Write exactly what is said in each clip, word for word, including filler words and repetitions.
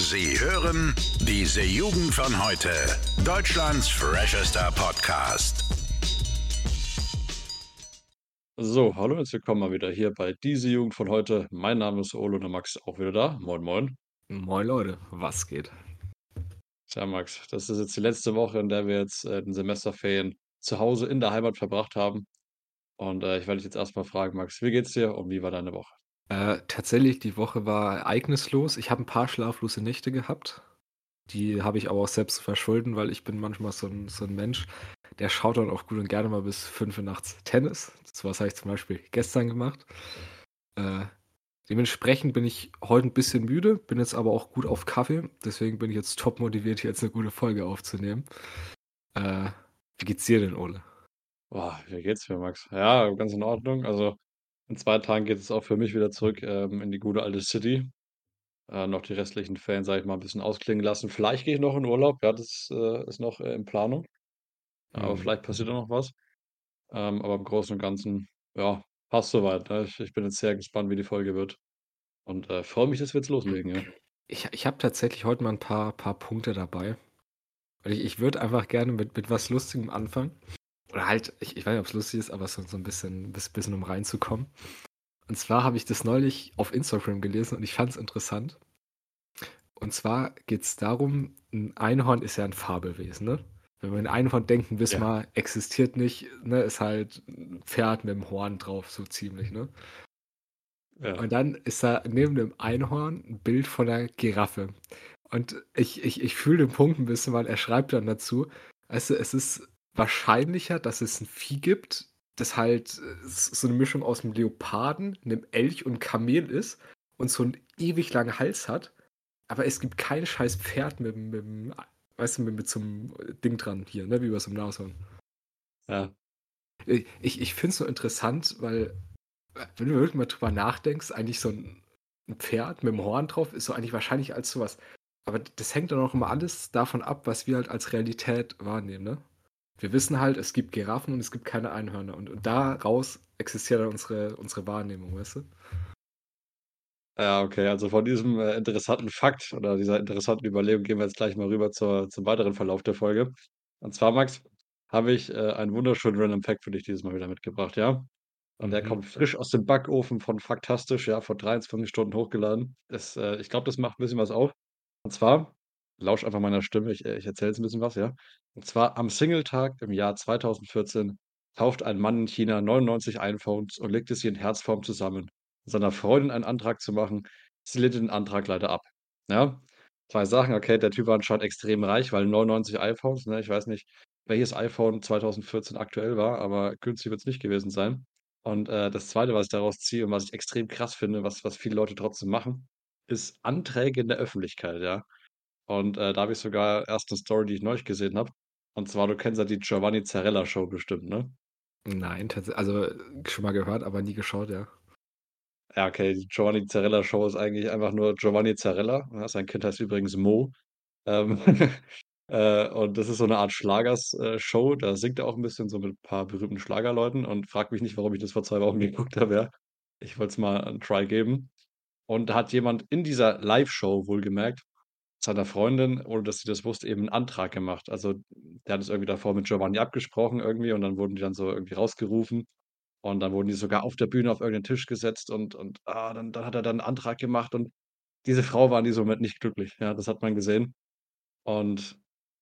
Sie hören diese Jugend von heute. Deutschlands freshester Podcast. So, hallo und herzlich willkommen mal wieder hier bei diese Jugend von heute. Mein Name ist Olo und der Max auch wieder da. Moin, moin. Moin Leute, was geht? Tja, Max, das ist jetzt die letzte Woche, in der wir jetzt äh, den Semesterferien zu Hause in der Heimat verbracht haben. Und äh, ich werde dich jetzt erstmal fragen, Max, wie geht's dir und wie war deine Woche? Äh, tatsächlich, die Woche war ereignislos. Ich habe ein paar schlaflose Nächte gehabt. Die habe ich aber auch selbst zu verschulden, weil ich bin manchmal so ein, so ein Mensch, der schaut dann auch gut und gerne mal bis fünf Uhr nachts Tennis. Das was habe ich zum Beispiel gestern gemacht. Äh, dementsprechend bin ich heute ein bisschen müde, bin jetzt aber auch gut auf Kaffee. Deswegen bin ich jetzt top motiviert, hier jetzt eine gute Folge aufzunehmen. Äh, wie geht's dir denn, Ole? Boah, wie geht's mir, Max? Ja, ganz in Ordnung. Also in zwei Tagen geht es auch für mich wieder zurück ähm, in die gute alte City. Äh, noch die restlichen Ferien, sage ich mal, ein bisschen ausklingen lassen. Vielleicht gehe ich noch in Urlaub, ja, das äh, ist noch äh, in Planung. Aber Mhm. vielleicht passiert da noch was. Ähm, aber im Großen und Ganzen, ja, passt soweit, ne? Ich ich bin jetzt sehr gespannt, wie die Folge wird und, äh, freue mich, dass wir jetzt loslegen, ja. Ich, ich habe tatsächlich heute mal ein paar, paar Punkte dabei. Und ich, ich würde einfach gerne mit, mit was Lustigem anfangen. Oder halt, ich, ich weiß nicht, ob es lustig ist, aber so, so ein bisschen, bis, bisschen um reinzukommen. Und zwar habe ich das neulich auf Instagram gelesen und ich fand es interessant. Und zwar geht es darum, ein Einhorn ist ja ein Fabelwesen, ne? Wenn wir an ein Einhorn denken, wissen Ja, wir, existiert nicht, ne? Ist halt ein Pferd mit dem Horn drauf, so ziemlich, ne? ja. Und dann ist da neben dem Einhorn ein Bild von einer Giraffe. Und ich, ich, ich fühle den Punkt ein bisschen, weil er schreibt dann dazu, weißt du, es ist wahrscheinlicher, dass es ein Vieh gibt, das halt äh, so eine Mischung aus einem Leoparden, einem Elch und Kamel ist und so einen ewig langen Hals hat, aber es gibt kein scheiß Pferd mit, mit, mit weißt du, mit, mit so einem Ding dran hier, ne, wie bei so einem Nashorn. Ja. Ich, ich, ich finde es so interessant, weil wenn du wirklich mal drüber nachdenkst, eigentlich so ein, ein Pferd mit dem Horn drauf ist so eigentlich wahrscheinlich als sowas. Aber das hängt dann auch immer alles davon ab, was wir halt als Realität wahrnehmen, ne? Wir wissen halt, es gibt Giraffen und es gibt keine Einhörner. Und, und daraus existiert dann unsere, unsere Wahrnehmung, weißt du? Ja, okay, also von diesem, äh, interessanten Fakt oder dieser interessanten Überlegung gehen wir jetzt gleich mal rüber zur zum weiteren Verlauf der Folge. Und zwar, Max, habe ich, äh, einen wunderschönen Random Fact für dich dieses Mal wieder mitgebracht, ja? Und der Mhm. kommt frisch aus dem Backofen von Faktastisch, ja, vor dreiundzwanzig Stunden hochgeladen. Das, äh ich glaube, das macht 'n bisschen was auf. Und zwar, lausch einfach meiner Stimme, ich, äh ich erzähle jetzt 'n bisschen was, ja? Und zwar am Single-Tag im Jahr zweitausendvierzehn kauft ein Mann in China neunundneunzig iPhones und legte sie in Herzform zusammen, um seiner Freundin einen Antrag zu machen. Sie lehnte den Antrag leider ab, ja? zwei Sachen, okay, der Typ war anscheinend extrem reich, weil neunundneunzig iPhones, ne? Ich weiß nicht, welches iPhone zweitausendvierzehn aktuell war, aber günstig wird's nicht gewesen sein. Und, äh, das Zweite, was ich daraus ziehe und was ich extrem krass finde, was was viele Leute trotzdem machen, ist Anträge in der Öffentlichkeit, ja? Und, äh, da habe ich sogar erst 'ne Story, die ich neulich gesehen habe. Und zwar, du kennst ja die Giovanni Zarella Show bestimmt, ne? Nein, tatsächlich, also äh, schon mal gehört, aber nie geschaut, ja. Ja, okay, die Giovanni Zarella Show ist eigentlich einfach nur Giovanni Zarella, ja, sein Kind heißt übrigens Mo. Ähm, äh, und das ist so 'ne Art Schlagers äh, Show. Da singt er auch 'n bisschen so mit paar berühmten Schlagerleuten und frag mich nicht, warum ich das vor zwei Wochen geguckt habe, ja. Ich wollte es mal 'n Try geben. Und da hat jemand in dieser Live-Show wohlgemerkt seiner Freundin, ohne dass sie das wusste, eben 'n Antrag gemacht. Also, der hat es irgendwie davor mit Giovanni abgesprochen irgendwie und dann wurden die dann so irgendwie rausgerufen und dann wurden die sogar auf der Bühne auf irgendeinen Tisch gesetzt und und, ah, dann dann hat er dann 'n Antrag gemacht und diese Frau war in diesem Moment nicht glücklich. Ja, das hat man gesehen. Und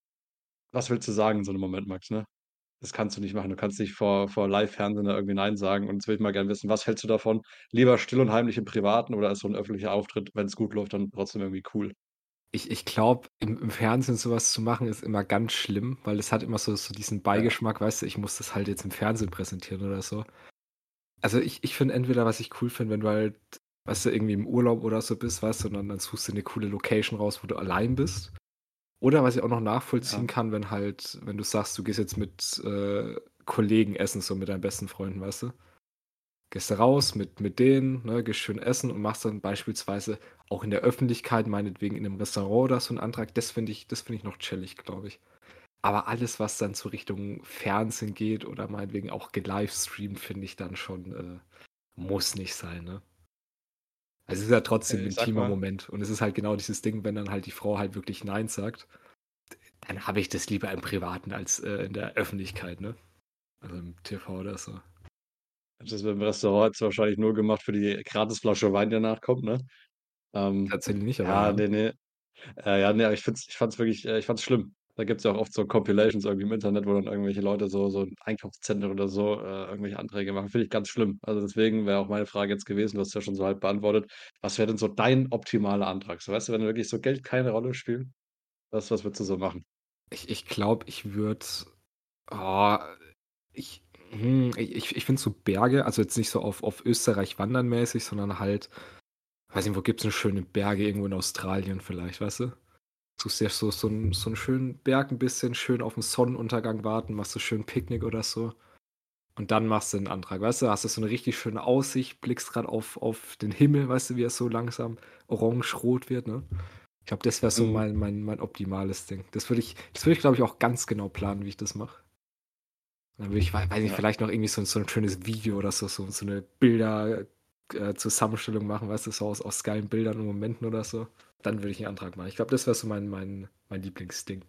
was willst du sagen in so 'nem Moment, Max, ne? Das kannst du nicht machen. Du kannst nicht vor vor Live-Fernsehen da irgendwie nein sagen. Und jetzt würde ich mal gerne wissen, was hältst du davon? Lieber still und heimlich im Privaten oder ist so 'n öffentlicher Auftritt, wenn's gut läuft, dann trotzdem irgendwie cool? Ich, ich glaube, im, im Fernsehen sowas zu machen, ist immer ganz schlimm, weil es hat immer so, so diesen Ja, Beigeschmack, weißt du, ich muss das halt jetzt im Fernsehen präsentieren oder so. Also ich, ich finde entweder, was ich cool finde, wenn du halt, weißt du, irgendwie im Urlaub oder so bist, weißt du, und dann, dann suchst du eine coole Location raus, wo du allein bist. Oder was ich auch noch nachvollziehen ja. kann, wenn halt, wenn du sagst, du gehst jetzt mit äh, Kollegen essen, so mit deinen besten Freunden, weißt du? Gehst du raus mit, mit denen, ne, gehst schön essen und machst dann beispielsweise auch in der Öffentlichkeit, meinetwegen in einem Restaurant oder so einen Antrag, das finde ich, das finde ich noch chillig, glaube ich. Aber alles, was dann so Richtung Fernsehen geht oder meinetwegen auch gelivestreamt, finde ich dann schon, äh, muss nicht sein, ne? Also, es ist ja trotzdem 'n Äh, ich sage intimer mal Moment und es ist halt genau dieses Ding, wenn dann halt die Frau halt wirklich „Nein“ sagt, dann habe ich das lieber im Privaten als, äh, in der Öffentlichkeit, ne? Also, im T V oder so. das wird im Restaurant jetzt wahrscheinlich nur gemacht für die Gratisflasche Wein, die danach kommt, ne? Ähm, Tatsächlich nicht, aber ja, ja. ne, ne. Äh, ja, ne, aber ich finde es ich fand's wirklich äh, ich fand's schlimm. Da gibt's ja auch oft so Compilations irgendwie im Internet, wo dann irgendwelche Leute so so 'n Einkaufszentren oder so, äh, irgendwelche Anträge machen. Finde ich ganz schlimm. Also, deswegen wäre auch meine Frage jetzt gewesen, du hast ja schon so halb beantwortet. Was wäre denn so dein optimaler Antrag? So, weißt du, wenn wirklich so Geld keine Rolle spielt, was was würdest du so machen? Ich ich glaube, ich würde oh, ich hm, ich ich finde so Berge, also jetzt nicht so auf auf Österreich wandern mäßig, sondern halt weiß nicht, wo gibt's denn schöne Berge? Irgendwo in Australien vielleicht, weißt du? Suchst dir so so 'n so 'n schönen Berg 'n bisschen, schön aufm Sonnenuntergang warten, machst du schön Picknick oder so und dann machst du 'n Antrag, weißt du? Hast du so 'ne richtig schöne Aussicht, blickst grad auf auf den Himmel, weißt du, wie er so langsam orange-rot wird, ne? Ich glaube, das wäre so Mhm. mein mein mein optimales Ding. Das würde ich das würde ich, glaube ich, auch ganz genau planen, wie ich das mache. Dann würde ich, wei weiß nicht, Ja. vielleicht noch irgendwie so 'n so 'n schönes Video oder so so so 'ne Bilder äh, Zusammenstellung machen, weißt du, so aus aus geilen Bildern und Momenten oder so. Dann würde ich 'n Antrag machen. Ich glaube, das wäre so mein mein mein Lieblingsding.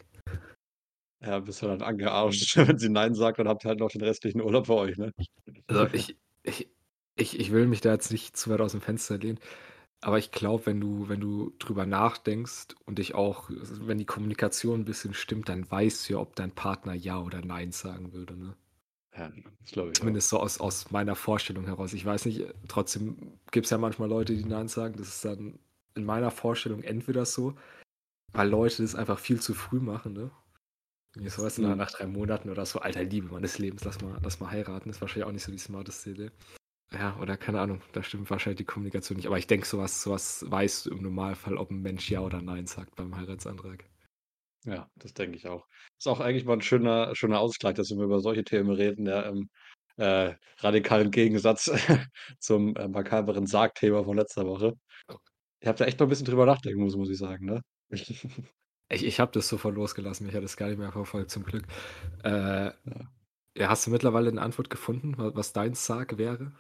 Ja, bist du dann angearscht. Wenn sie nein sagt, dann habt ihr halt noch den restlichen Urlaub für euch, ne? Also, ich ich ich ich will mich da jetzt nicht zu weit aus'm Fenster lehnen, aber ich glaube, wenn du wenn du drüber nachdenkst und dich auch wenn die Kommunikation 'n bisschen stimmt, dann weißt du ja, ob dein Partner ja oder nein sagen würde, ne? Ja, das glaube ich auch. Zumindest so aus aus meiner Vorstellung heraus. Ich weiß nicht, äh, trotzdem gibt's ja manchmal Leute, die nein sagen. Das ist dann in meiner Vorstellung entweder so, weil Leute das einfach viel zu früh machen, ne? Irgendwie so, weißt du, nach Mhm. nach drei Monaten oder so: „Alter, Liebe meines Lebens, lass mal lass mal heiraten.“ Ist wahrscheinlich auch nicht so die smarteste Idee. Ja, oder keine Ahnung, da stimmt wahrscheinlich die Kommunikation nicht. Aber ich denke, so was so was weißt du im Normalfall, ob 'n Mensch ja oder nein sagt beim Heiratsantrag. Ja, das denke ich auch. Ist auch eigentlich mal 'n schöner schöner Ausgleich, dass wir über solche Themen reden, ja, im, äh, radikalen Gegensatz zum, äh, makaberen Sargthema von letzter Woche. Ich habe da echt mal 'n bisschen drüber nachdenken müssen, muss ich sagen, ne? Ich ich habe das sofort losgelassen. Mich hat das gar nicht mehr verfolgt, zum Glück. Äh, Ja. ja, hast du mittlerweile 'ne Antwort gefunden, wa was dein Sarg wäre?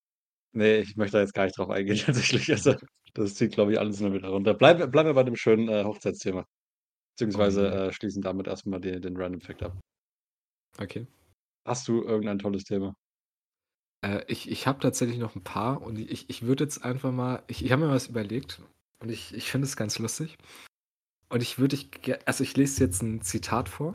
Ne, ich möchte da jetzt gar nicht drauf eingehen tatsächlich. Mhm. Also, das zieht, glaube ich, alles nur wieder runter. Bleiben wir bleiben wir bei dem schönen, äh, Hochzeitsthema, Oh beziehungsweise, je. äh, schließen damit erst mal de den Random Fact ab. Okay. Hast du irgendein tolles Thema? Äh, ich ich habe tatsächlich noch 'n paar und ich ich würde jetzt einfach mal ich ich habe mir was überlegt und ich ich finde es ganz lustig. Und ich würde dich ge also, ich lese jetzt 'n Zitat vor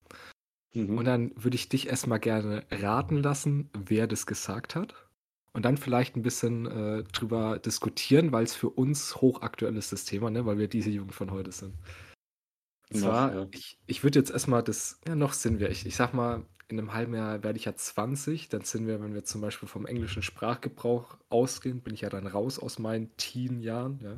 und Mhm. dann würde ich dich erst mal gerne raten lassen, wer das gesagt hat und dann vielleicht 'n bisschen, äh, drüber diskutieren, weil's für uns hochaktuell ist, das Thema, ne, weil wir diese Jugend von heute sind. Und Noch, zwar, ja. ich ich würde jetzt erst mal das ja, noch sind wir. Ich ich sage mal, in 'nem halben Jahr werde ich ja zwanzig, dann sind wir, wenn wir zum Beispiel vom englischen Sprachgebrauch ausgehen, bin ich ja dann raus aus meinen Teen-Jahren, ja.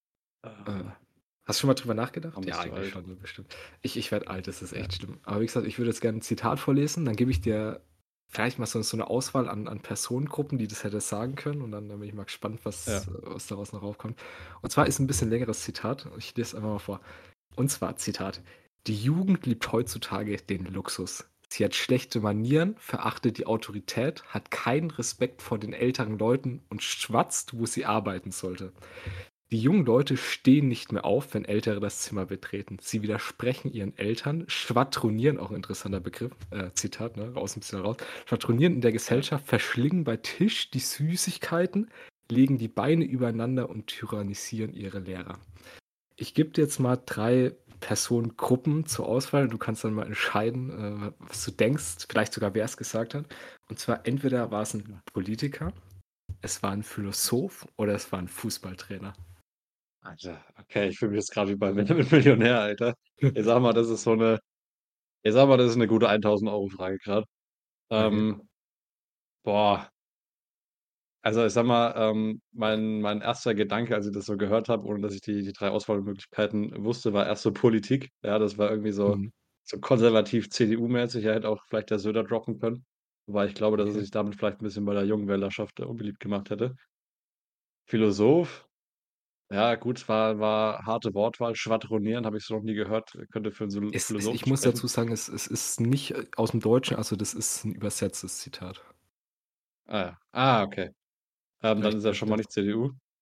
Äh, Ah. hast du schon mal drüber nachgedacht? Wann Ja, bist du eigentlich alt? schon, ne, bestimmt. Ich ich werde alt, das ist Ja. echt schlimm. Aber wie gesagt, ich würde jetzt gerne 'n Zitat vorlesen, dann gebe ich dir vielleicht mal so so 'ne Auswahl an an Personengruppen, die das hätte sagen können und dann dann bin ich mal gespannt, was Ja. was daraus noch raufkommt. Und zwar ist 'n bisschen längeres Zitat. Ich lese einfach mal vor. Und zwar, Zitat: „Die Jugend liebt heutzutage den Luxus. Sie hat schlechte Manieren, verachtet die Autorität, hat keinen Respekt vor den älteren Leuten und schwatzt, wo sie arbeiten sollte. Die jungen Leute stehen nicht mehr auf, wenn Ältere das Zimmer betreten. Sie widersprechen ihren Eltern, schwadronieren“, auch 'n interessanter Begriff, äh, Zitat, ne, raus 'n bisschen raus, „schwadronieren in der Ja. Gesellschaft, verschlingen bei Tisch die Süßigkeiten, legen die Beine übereinander und tyrannisieren ihre Lehrer.“ Ich gebe dir jetzt mal drei Personengruppen zur Auswahl. Du kannst dann mal entscheiden, äh, was du denkst, vielleicht sogar, wer's gesagt hat. Und zwar entweder war's 'n Ja. Politiker, es war 'n Philosoph oder es war 'n Fußballtrainer. Alter, okay, ich fühle mich jetzt grad wie bei „Wer wird Millionär“, Alter. Ich sage mal, das ist so 'ne ich sage mal, das ist 'ne gute eintausend Euro Frage grad. Okay. Ähm, boah. Also, ich sage mal, ähm, mein mein erster Gedanke, als ich das so gehört habe, ohne dass ich die die drei Auswahlmöglichkeiten wusste, war erst so Politik. Ja, das war irgendwie so Mhm. so konservativ C D U-mäßig. Ja, hätte auch vielleicht der Söder droppen können. Wobei ich glaube, dass er Okay. sich damit vielleicht 'n bisschen bei der jungen Wählerschaft, äh, unbeliebt gemacht hätte. Philosoph, ja gut, war war harte Wortwahl. Schwadronieren habe ich so noch nie gehört. Könnte für 'n Sul Es es ich Philosophen muss sprechen. dazu sagen, es es ist nicht, äh, aus'm Deutschen, also, das ist 'n übersetztes Zitat. Ah ja. Ah, okay. Ähm, dann Vielleicht ist er vielleicht schon mal das nicht C D U.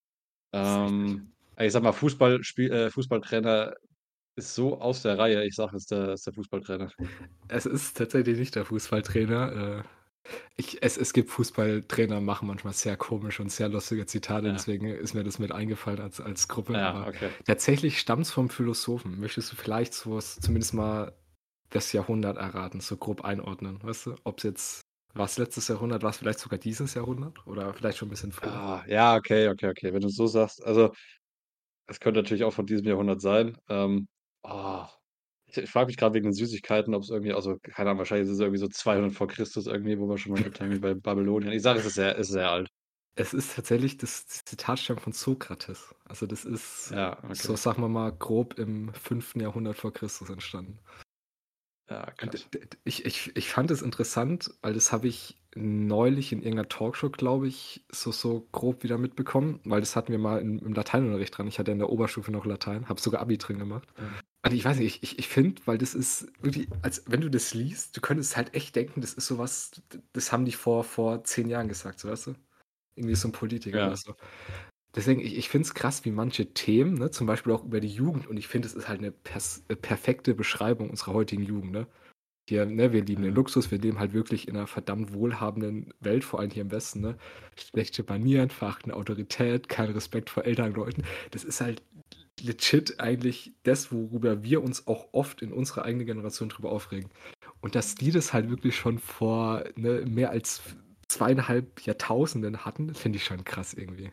Tatsächlich. Ähm, ich sage mal, Fußballspiel äh, Fußballtrainer ist so aus der Reihe. Ich sage, es ist der ist der Fußballtrainer. Es ist tatsächlich nicht der Fußballtrainer. Äh, ich es es gibt Fußballtrainer, machen manchmal sehr komische und sehr lustige Zitate, Ja, deswegen ist mir das mit eingefallen als als Gruppe, ja, aber okay. tatsächlich stammt's vom Philosophen. Möchtest du vielleicht so was zumindest mal das Jahrhundert erraten, so grob einordnen, weißt du? Ob's jetzt war's letztes Jahrhundert, war's vielleicht sogar dieses Jahrhundert oder vielleicht schon 'n bisschen früher? Ah, ja, okay, okay, okay. Wenn du so sagst, also, es könnte natürlich auch von diesem Jahrhundert sein. Ähm, ah, ich ich frage mich grad wegen den Süßigkeiten, ob's irgendwie also, keine Ahnung, wahrscheinlich ist es irgendwie so zweihundert vor Christus irgendwie, wo wir schon mal gehabt haben, wie bei Babylonien. Ich sage, es ist sehr ist sehr alt. Es ist tatsächlich das Zitat stammt von Sokrates. Also, das ist, Ja, so okay. sagen wir mal, grob im fünften Jahrhundert vor Christus entstanden. Ja, Und d krass. d ich ich ich fand es interessant, weil das habe ich neulich in irgendeiner Talkshow, glaube ich, so so grob wieder mitbekommen, weil das hatten wir mal im im Lateinunterricht dran. Ich hatte in der Oberstufe noch Latein, habe sogar Abi drin gemacht. Ja. Und ich weiß nicht, ich ich ich finde, weil das ist wirklich als wenn du das liest, du könntest halt echt denken, das ist so was, d das haben die vor vor zehn Jahren gesagt, so, weißt du? Irgendwie so 'n Politiker oder Ja. so. Deswegen, ich ich finde es krass, wie manche Themen, ne, zum Beispiel auch über die Jugend und ich finde, es ist halt 'ne pers äh, perfekte Beschreibung unserer heutigen Jugend, ne? Hier, ne, wir lieben den Ja. Luxus, wir leben halt wirklich in 'ner verdammt wohlhabenden Welt, vor allem hier im Westen, ne? Schlechte Manieren, verachtende Autorität, kein Respekt vor älteren Leuten. Das ist halt legit eigentlich das, worüber wir uns auch oft in unserer eigenen Generation drüber aufregen. Und dass die das halt wirklich schon vor, ne, mehr als f zweieinhalb Jahrtausenden hatten, finde ich schon krass irgendwie.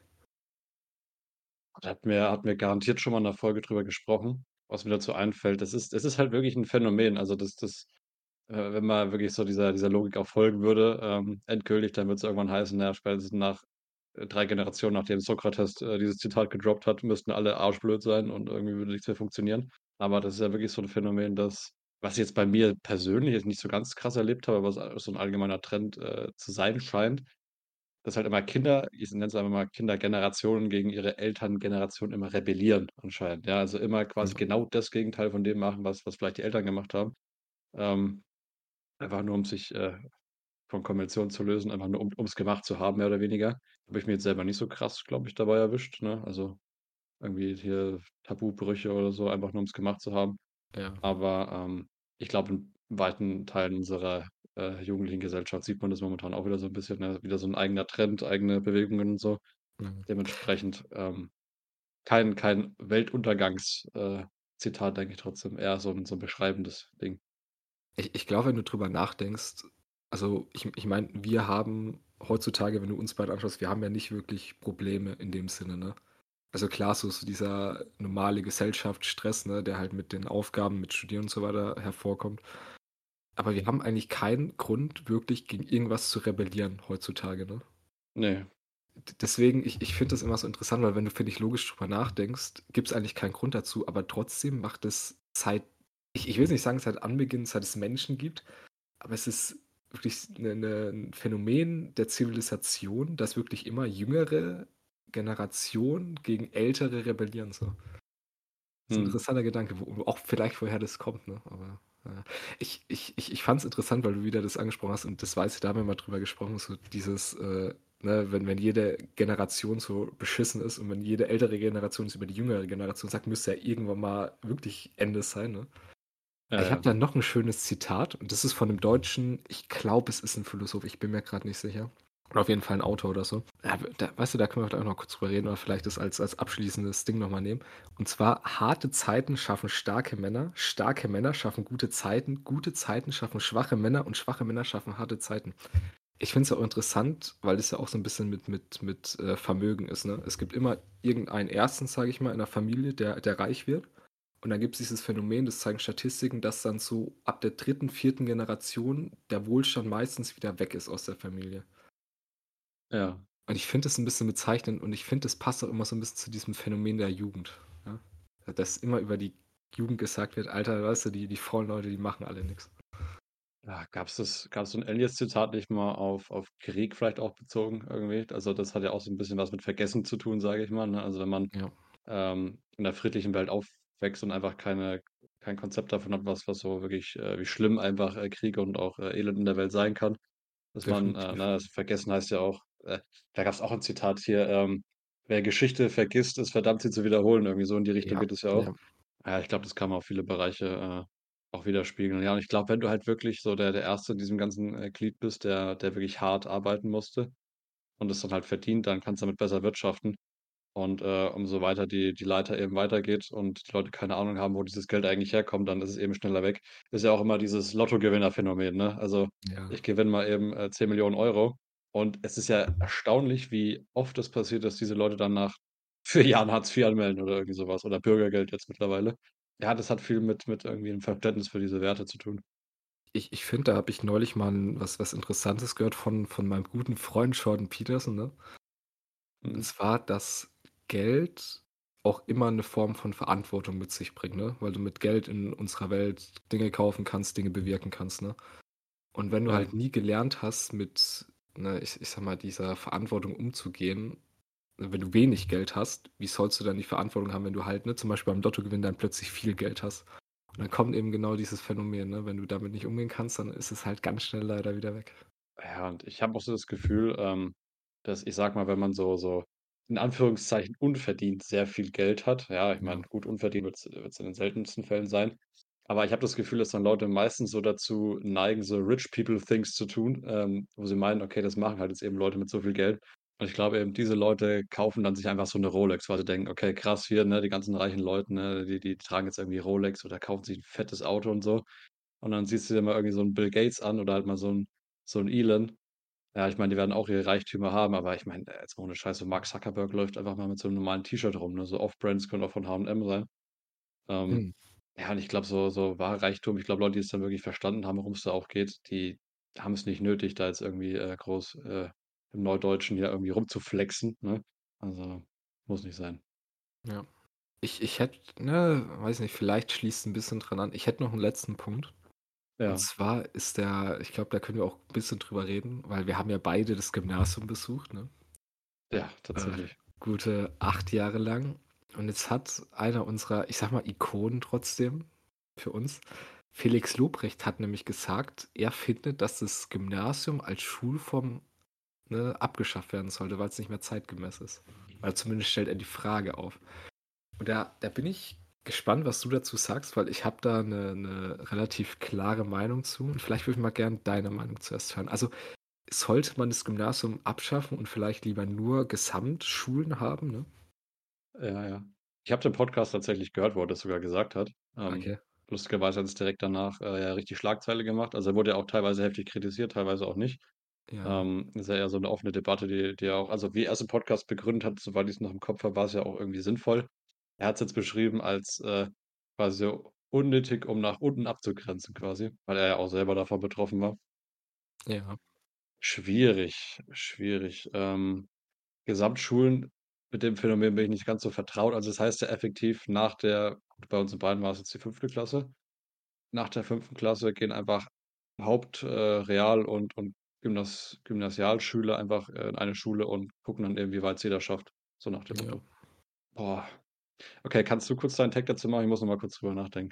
Da hatten wir hatten wir garantiert schon mal in 'ner Folge drüber gesprochen, was mir dazu einfällt. Das ist es ist halt wirklich 'n Phänomen. Also, das das äh, wenn man wirklich so dieser dieser Logik auch folgen würde, ähm, endgültig, dann wird's irgendwann heißen, na ja, spätestens nach, äh, drei Generationen, nachdem Sokrates, äh, dieses Zitat gedroppt hat, müssten alle arschblöd sein und irgendwie würde nichts mehr funktionieren. Aber das ist ja wirklich so 'n Phänomen, das was ich jetzt bei mir persönlich jetzt nicht so ganz krass erlebt habe, was a so 'n allgemeiner Trend, äh, zu sein scheint, dass halt immer Kinder, ich nenne es einfach mal Kindergenerationen gegen ihre Elterngeneration immer rebellieren anscheinend. Ja, also immer quasi Ja. genau das Gegenteil von dem machen, was was vielleicht die Eltern gemacht haben. Ähm, einfach nur, um sich, äh, von Konventionen zu lösen, einfach nur um um's gemacht zu haben, mehr oder weniger. Habe ich mir jetzt selber nicht so krass, glaube ich, dabei erwischt, ne? Also, irgendwie hier Tabubrüche oder so, einfach nur um's gemacht zu haben. Ja. Aber, ähm, ich glaube, in weiten Teilen unserer, äh, jugendlichen Gesellschaft sieht man das momentan auch wieder so 'n bisschen, ne? Wieder so 'n eigener Trend, eigene Bewegungen und so. Mhm. Dementsprechend, ähm, kein kein Weltuntergangs äh, Zitat, denke ich trotzdem, eher so 'n so 'n beschreibendes Ding. Ich ich glaube, wenn du drüber nachdenkst also, ich ich meine, wir haben heutzutage, wenn du uns beide anschaust, wir haben ja nicht wirklich Probleme in dem Sinne, ne? Also klar, so so dieser normale Gesellschaftsstress, ne, der halt mit den Aufgaben, mit Studieren und so weiter hervorkommt. Aber wir haben eigentlich keinen Grund, wirklich gegen irgendwas zu rebellieren heutzutage, ne? Ne. D deswegen, ich ich finde das immer so interessant, weil wenn du, finde ich, logisch drüber nachdenkst, gibt's eigentlich keinen Grund dazu, aber trotzdem macht es seit ich ich will jetzt nicht sagen, seit Anbeginn, seit es Menschen gibt, aber es ist wirklich 'ne 'ne 'n Phänomen der Zivilisation, dass wirklich immer jüngere Generationen gegen ältere rebellieren so. Ist 'n Mhm. interessanter Gedanke, wo auch vielleicht woher das kommt, ne? Aber, ja. Ich ich ich ich fand's interessant, weil du wieder das angesprochen hast und das weiß ich, da haben wir mal drüber gesprochen, so dieses, äh, ne, wenn wenn jede Generation so beschissen ist und wenn jede ältere Generation es über die jüngere Generation sagt, müsste ja irgendwann mal wirklich Ende sein, ne? Ja, Ich habe ja. da noch 'n schönes Zitat und das ist von 'nem Deutschen, ich glaube, es ist 'n Philosoph, ich bin mir grad nicht sicher. Oder auf jeden Fall 'n Autor oder so. Ja, w da weißt du, da können wir vielleicht auch noch kurz drüber reden oder vielleicht das als als abschließendes Ding noch mal nehmen. Und zwar: „Harte Zeiten schaffen starke Männer, starke Männer schaffen gute Zeiten, gute Zeiten schaffen schwache Männer und schwache Männer schaffen harte Zeiten.“ Ich finde es auch interessant, weil das ja auch so 'n bisschen mit mit mit, äh, Vermögen ist, ne? Es gibt immer irgendeinen Ersten, sage ich mal, in der Familie, der der reich wird. Und dann gibt's dieses Phänomen, das zeigen Statistiken, dass dann so ab der dritten, vierten Generation der Wohlstand meistens wieder weg ist aus der Familie. Ja. Und ich finde das 'n bisschen bezeichnend und ich finde, das passt auch immer so 'n bisschen zu diesem Phänomen der Jugend, ja? Dass immer über die Jugend gesagt wird: „Alter, weißt du, die die faulen Leute, die machen alle nix.“ Ja, gab's das gab's so 'n ähnliches Zitat nicht mal auf auf Krieg vielleicht auch bezogen irgendwie? Also, das hat ja auch so 'n bisschen was mit Vergessen zu tun, sage ich mal, ne? Also, wenn man, Ja. ähm, in 'ner friedlichen Welt aufwächst und einfach keine kein Konzept davon hat, was was so wirklich äh, wie schlimm einfach, äh, Krieg und auch, äh, Elend in der Welt sein kann, dass man, äh, Definitiv. ne, also, vergessen heißt ja auch äh, da gab's auch 'n Zitat hier, ähm wer Geschichte vergisst, ist verdammt, sie zu wiederholen. Irgendwie so in die Richtung Ja, geht es ja auch. ja. Ja, ich glaube, das kann man auf viele Bereiche, äh, auch widerspiegeln. Ja, und ich glaube, wenn du halt wirklich so der der Erste in diesem ganzen, äh, Glied bist, der der wirklich hart arbeiten musste und es dann halt verdient, dann kannst du damit besser wirtschaften. Und, äh, umso weiter die die Leiter eben weitergeht und die Leute keine Ahnung haben, wo dieses Geld eigentlich herkommt, dann ist es eben schneller weg. Ist ja auch immer dieses Lottogewinnerphänomen, ne? Also, Ja. ich gewinne mal eben, äh, zehn Millionen Euro und es ist ja erstaunlich, wie oft es passiert, dass diese Leute dann nach vier Jahren Hartz vier anmelden oder irgendwie so was oder Bürgergeld jetzt mittlerweile. Ja, das hat viel mit mit irgendwie 'nem Verständnis für diese Werte zu tun. Ich ich finde, da habe ich neulich mal 'n was was Interessantes gehört von von meinem guten Freund Jordan Peterson, ne? Und Mhm. zwar, dass Geld auch immer 'ne Form von Verantwortung mit sich bringt, ne? Weil du mit Geld in unserer Welt Dinge kaufen kannst, Dinge bewirken kannst, ne? Und wenn du Ja. halt nie gelernt hast, mit, ne, ich ich sage mal, dieser Verantwortung umzugehen, wenn du wenig Geld hast, wie sollst du dann die Verantwortung haben, wenn du halt, ne, zum Beispiel beim Lottogewinn dann plötzlich viel Geld hast? Und dann kommt eben genau dieses Phänomen, ne? Wenn du damit nicht umgehen kannst, dann ist es halt ganz schnell leider wieder weg. Ja, und ich habe auch so das Gefühl, ähm, dass ich sage mal, wenn man so so in Anführungszeichen unverdient sehr viel Geld hat, ja, ich meine, Ja. gut, unverdient wird's wird's in den seltensten Fällen sein. Aber ich habe das Gefühl, dass dann Leute meistens so dazu neigen, so rich people things zu tun, ähm, wo sie meinen: „Okay, das machen halt jetzt eben Leute mit so viel Geld.“ Und ich glaube eben, diese Leute kaufen dann sich einfach so 'ne Rolex, weil sie denken: „Okay, krass hier, ne, die ganzen reichen Leute, ne, die die tragen jetzt irgendwie Rolex oder kaufen sich 'n fettes Auto und so.“ Und dann siehst du dir mal irgendwie so 'n Bill Gates an oder halt mal so 'n so 'n Elon. Ja, ich meine, die werden auch ihre Reichtümer haben, aber ich meine, äh, jetzt mal ohne Scheiß, so Mark Zuckerberg läuft einfach mal mit so 'nem normalen T-Shirt rum, ne? So Off-Brands können auch von H und M sein. Ähm, Mhm. ja, und ich glaube, so so wahrer Reichtum ich glaube, Leute, die es dann wirklich verstanden haben, worum's da auch geht, die haben es nicht nötig, da jetzt irgendwie, äh, groß, äh, im Neudeutschen hier irgendwie rumzuflexen, ne? Also, muss nicht sein. Ja. Ich ich hätte, ne, weiß nicht, vielleicht schließt 'n bisschen dran an. Ich hätte noch 'n letzten Punkt. Und Ja. zwar ist der ich glaube, da können wir auch 'n bisschen drüber reden, weil wir haben ja beide das Gymnasium besucht, ne? Ja, Äh, tatsächlich. gute acht Jahre lang. Und jetzt hat einer unserer, ich sage mal, Ikonen trotzdem für uns, Felix Lobrecht hat nämlich gesagt, er findet, dass das Gymnasium als Schulform, ne, abgeschafft werden sollte, weil's nicht mehr zeitgemäß ist. Oder zumindest stellt er die Frage auf. Und da da bin ich gespannt, was du dazu sagst, weil ich habe da 'ne 'ne relativ klare Meinung zu und vielleicht würde ich mal gern deine Meinung zuerst hören. Also, sollte man das Gymnasium abschaffen und vielleicht lieber nur Gesamtschulen haben, ne? Ja, ja. Ich habe den Podcast tatsächlich gehört, wo er das sogar gesagt hat. Ähm, Okay. lustigerweise hat es direkt danach, äh, ja richtig Schlagzeile gemacht. Also, er wurde ja auch teilweise heftig kritisiert, teilweise auch nicht. Ja. Ähm, ist ja eher so 'ne offene Debatte, die die er auch also, wie er's im Podcast begründet hat, soweit ich's noch im Kopf habe, war's ja auch irgendwie sinnvoll. Er hat's jetzt beschrieben als, äh, quasi so unnötig, um nach unten abzugrenzen quasi, weil er ja auch selber davon betroffen war. Ja. Schwierig, schwierig. Ähm, Gesamtschulen, mit dem Phänomen bin ich nicht ganz so vertraut. Also, das heißt ja effektiv nach der bei uns in Bayern war's jetzt die fünfte Klasse. Nach der fünften Klasse gehen einfach Haupt äh, Real und und Gymnas Gymnasialschüler einfach, äh, in eine Schule und gucken dann eben, wie weit's jeder schafft, so nach dem Ja. Motto. Boah. Okay, kannst du kurz deinen Take dazu machen? Ich muss noch mal kurz drüber nachdenken.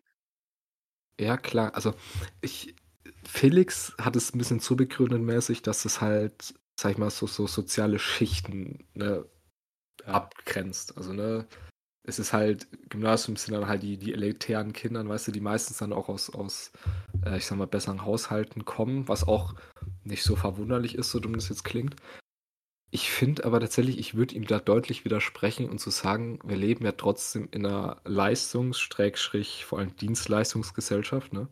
Ja, klar. Also, ich Felix hat es 'n bisschen so begründet mäßig, dass es halt, sage ich mal, so so soziale Schichten, ne, Ja. abgrenzt. Also, ne, es ist halt Gymnasium sind dann halt die die elitären Kindern, weißt du, die meistens dann auch aus aus, äh, ich sage mal, besseren Haushalten kommen, was auch nicht so verwunderlich ist, so dumm das jetzt klingt. Ich finde aber tatsächlich, ich würde ihm da deutlich widersprechen und zu sagen, wir leben ja trotzdem in 'ner Leistungs Schrägstrich vor allem Dienstleistungsgesellschaft, ne?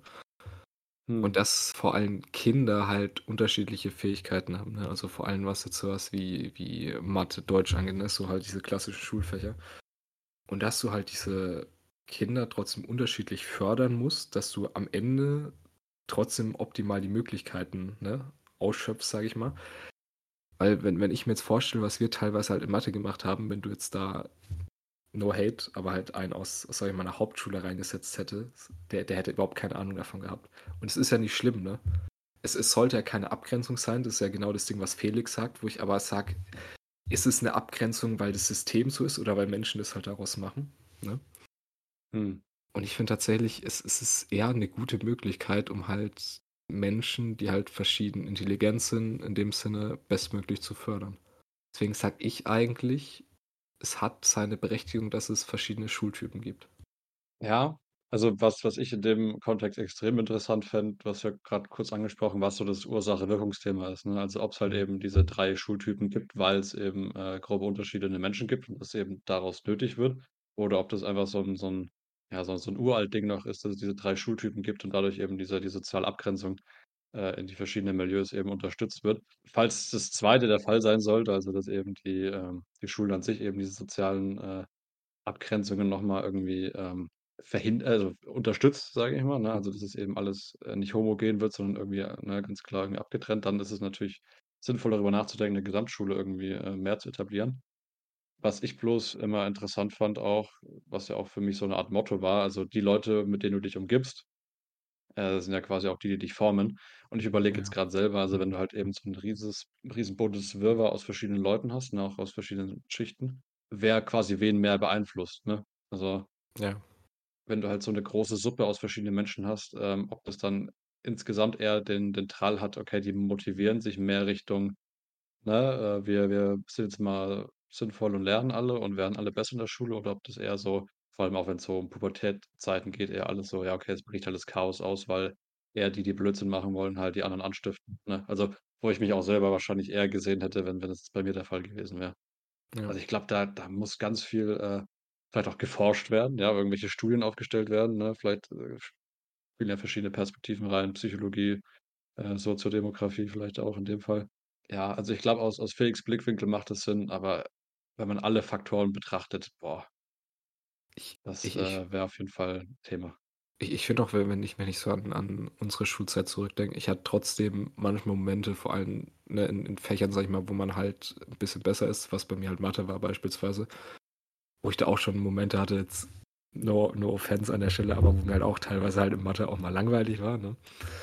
Und Mhm. dass vor allem Kinder halt unterschiedliche Fähigkeiten haben, ne? Also, vor allem, was jetzt so was wie wie Mathe, Deutsch angeht, ne, so halt diese klassischen Schulfächer. Und dass du halt diese Kinder trotzdem unterschiedlich fördern musst, dass du am Ende trotzdem optimal die Möglichkeiten, ne, ausschöpfst, sage ich mal. Weil wenn wenn ich mir jetzt vorstelle, was wir teilweise halt in Mathe gemacht haben, wenn du jetzt da, no hate, aber halt einen aus, sage ich mal, 'ner Hauptschule reingesetzt hättest, der der hätte überhaupt keine Ahnung davon gehabt. Und es ist ja nicht schlimm, ne? Es es sollte ja keine Abgrenzung sein. Das ist ja genau das Ding, was Felix sagt, wo ich aber sage: „Ist es 'ne Abgrenzung, weil das System so ist oder weil Menschen das halt daraus machen?“, ne? Mhm. Und ich finde tatsächlich, es es ist eher 'ne gute Möglichkeit, um halt Menschen, die halt verschieden intelligent sind, in dem Sinne bestmöglich zu fördern. Deswegen sage ich eigentlich, es hat seine Berechtigung, dass es verschiedene Schultypen gibt. Ja, also was was ich in dem Kontext extrem interessant fände, du hast ja grad kurz angesprochen, was so das Ursache-Wirkungsthema ist, ne? Also, ob's halt Mhm. eben diese drei Schultypen gibt, weil's eben, äh, grobe Unterschiede in den Menschen gibt und das eben daraus nötig wird oder ob das einfach so 'n so 'n ja, so so 'n Uralt-Ding noch ist, dass es diese drei Schultypen gibt und dadurch eben diese die soziale Abgrenzung, äh, in die verschiedenen Milieus eben unterstützt wird. Falls das zweite der Fall sein sollte, also, dass eben die, ähm die Schulen an sich eben diese sozialen, äh, Abgrenzungen noch mal irgendwie, ähm, verhin also, unterstützt, sage ich mal, ne? Also, dass es eben alles, äh, nicht homogen wird, sondern irgendwie, äh, ne, ganz klar irgendwie abgetrennt, dann ist es natürlich sinnvoll, darüber nachzudenken, 'ne Gesamtschule irgendwie, äh, mehr zu etablieren. Was ich bloß immer interessant fand auch, was ja auch für mich so 'ne Art Motto war, also, die Leute, mit denen du dich umgibst, äh, sind ja quasi auch die, die dich formen. Und ich überlege jetzt Ja. grad selber, also, wenn du halt eben so 'n rieses riesenbuntes Wirrwarr aus verschiedenen Leuten hast, ne, auch aus verschiedenen Schichten, wer quasi wen mehr beeinflusst, ne? Also Ja. wenn du halt so 'ne große Suppe aus verschiedenen Menschen hast, ähm, ob das dann insgesamt eher den den Drall hat, okay, die motivieren sich mehr Richtung, ne, äh, wir wir sind jetzt mal sinnvoll und lernen alle und werden alle besser in der Schule oder ob das eher so vor allem auch wenn's so um Pubertätzeiten geht, eher alles so: „Ja, okay, es bricht alles Chaos aus“, weil eher die, die Blödsinn machen wollen, halt die anderen anstiften, ne? Also, wo ich mich auch selber wahrscheinlich eher gesehen hätte, wenn wenn es bei mir der Fall gewesen wäre. Ja. Also, ich glaube, da da muss ganz viel, äh, vielleicht auch geforscht werden, ja, irgendwelche Studien aufgestellt werden, ne? Vielleicht, äh, spielen ja verschiedene Perspektiven rein, Psychologie, äh, Soziodemografie vielleicht auch in dem Fall. Ja, also, ich glaube, aus aus Felix' Blickwinkel macht das Sinn, aber wenn man alle Faktoren betrachtet, boah Ich das, ich ich äh, wäre auf jeden Fall Thema. ich ich finde auch, wenn wenn ich wenn ich so an an unsere Schulzeit zurückdenke, ich hatte trotzdem manchmal Momente, vor allem, ne, in in Fächern, sage ich mal, wo man halt 'n bisschen besser ist, was bei mir halt Mathe war beispielsweise, wo ich da auch schon Momente hatte jetzt no no offense an der Stelle, aber wo mir halt auch teilweise halt in Mathe auch mal langweilig war, ne?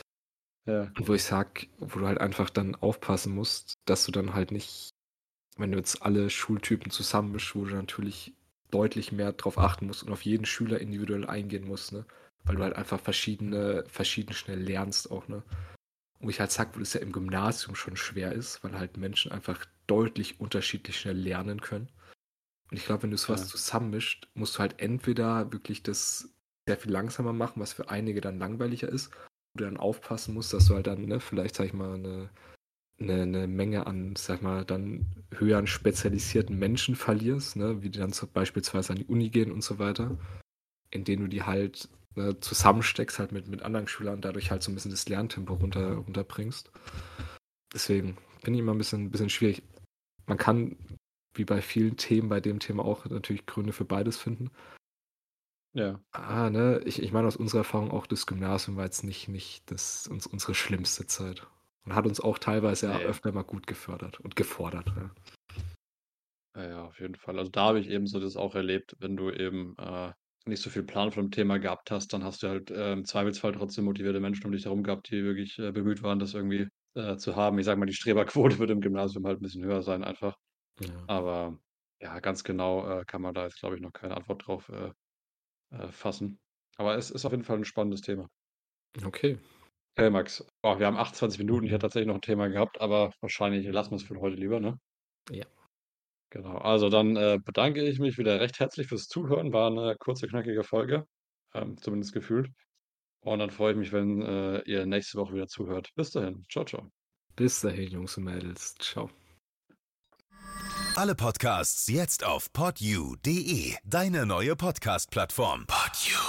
Ja. Und wo ich sage wo du halt einfach dann aufpassen musst, dass du dann halt nicht wenn du jetzt alle Schultypen zusammen mischst, wo du natürlich deutlich mehr drauf achten musst und auf jeden Schüler individuell eingehen musst, ne? Weil du halt einfach verschiedene verschieden schnell lernst auch, ne? Wo ich halt sage, wo das ja im Gymnasium schon schwer ist, weil halt Menschen einfach deutlich unterschiedlich schnell lernen können. Und ich glaube, wenn du so was Ja. zusammenmischt, musst du halt entweder wirklich das sehr viel langsamer machen, was für einige dann langweiliger ist, wo du dann aufpassen musst, dass du halt dann, ne, vielleicht, sage ich mal, 'ne 'ne 'ne Menge an, sage ich mal, dann höher an spezialisierten Menschen verlierst, ne, wie die dann so beispielsweise an die Uni gehen und so weiter, indem du die halt, ne, zusammensteckst halt mit mit anderen Schülern und dadurch halt so 'n bisschen das Lerntempo runter runterbringst. Deswegen finde ich immer 'n bisschen bisschen schwierig. Man kann, wie bei vielen Themen, bei dem Thema auch natürlich Gründe für beides finden. Ja. Ah, ne, ich ich meine aus unserer Erfahrung auch das Gymnasium war jetzt nicht nicht das uns unsere schlimmste Zeit und hat uns auch teilweise ja Ne. öfter mal gut gefördert und gefordert, ja. Ja, ja, auf jeden Fall. Also, da habe ich eben so das auch erlebt, wenn du eben, äh, nicht so viel Plan von dem Thema gehabt hast, dann hast du halt, äh, im Zweifelsfall trotzdem motivierte Menschen um dich herum gehabt, die wirklich, äh, bemüht waren, das irgendwie, äh, zu haben. Ich sage mal, die Streberquote wird im Gymnasium halt 'n bisschen höher sein einfach. Ja. Aber ja, ganz genau, äh, kann man da jetzt, glaube ich, noch keine Antwort drauf, äh, äh, fassen. Aber es ist auf jeden Fall 'n spannendes Thema. Okay. Hey Max, oh, wir haben achtundzwanzig Minuten. Ich hätte tatsächlich noch 'n Thema gehabt, aber wahrscheinlich lassen wir's für heute lieber, ne? Ja. Genau. Also, dann, äh, bedanke ich mich wieder recht herzlich fürs Zuhören. War 'ne kurze, knackige Folge, ähm, zumindest gefühlt. Und dann freue ich mich, wenn, äh, ihr nächste Woche wieder zuhört. Bis dahin. Tschau, tschau. Bis dahin, Jungs und Mädels. Tschau. Alle Podcasts jetzt auf podyou punkt de, deine neue Podcast-Plattform. Podyou.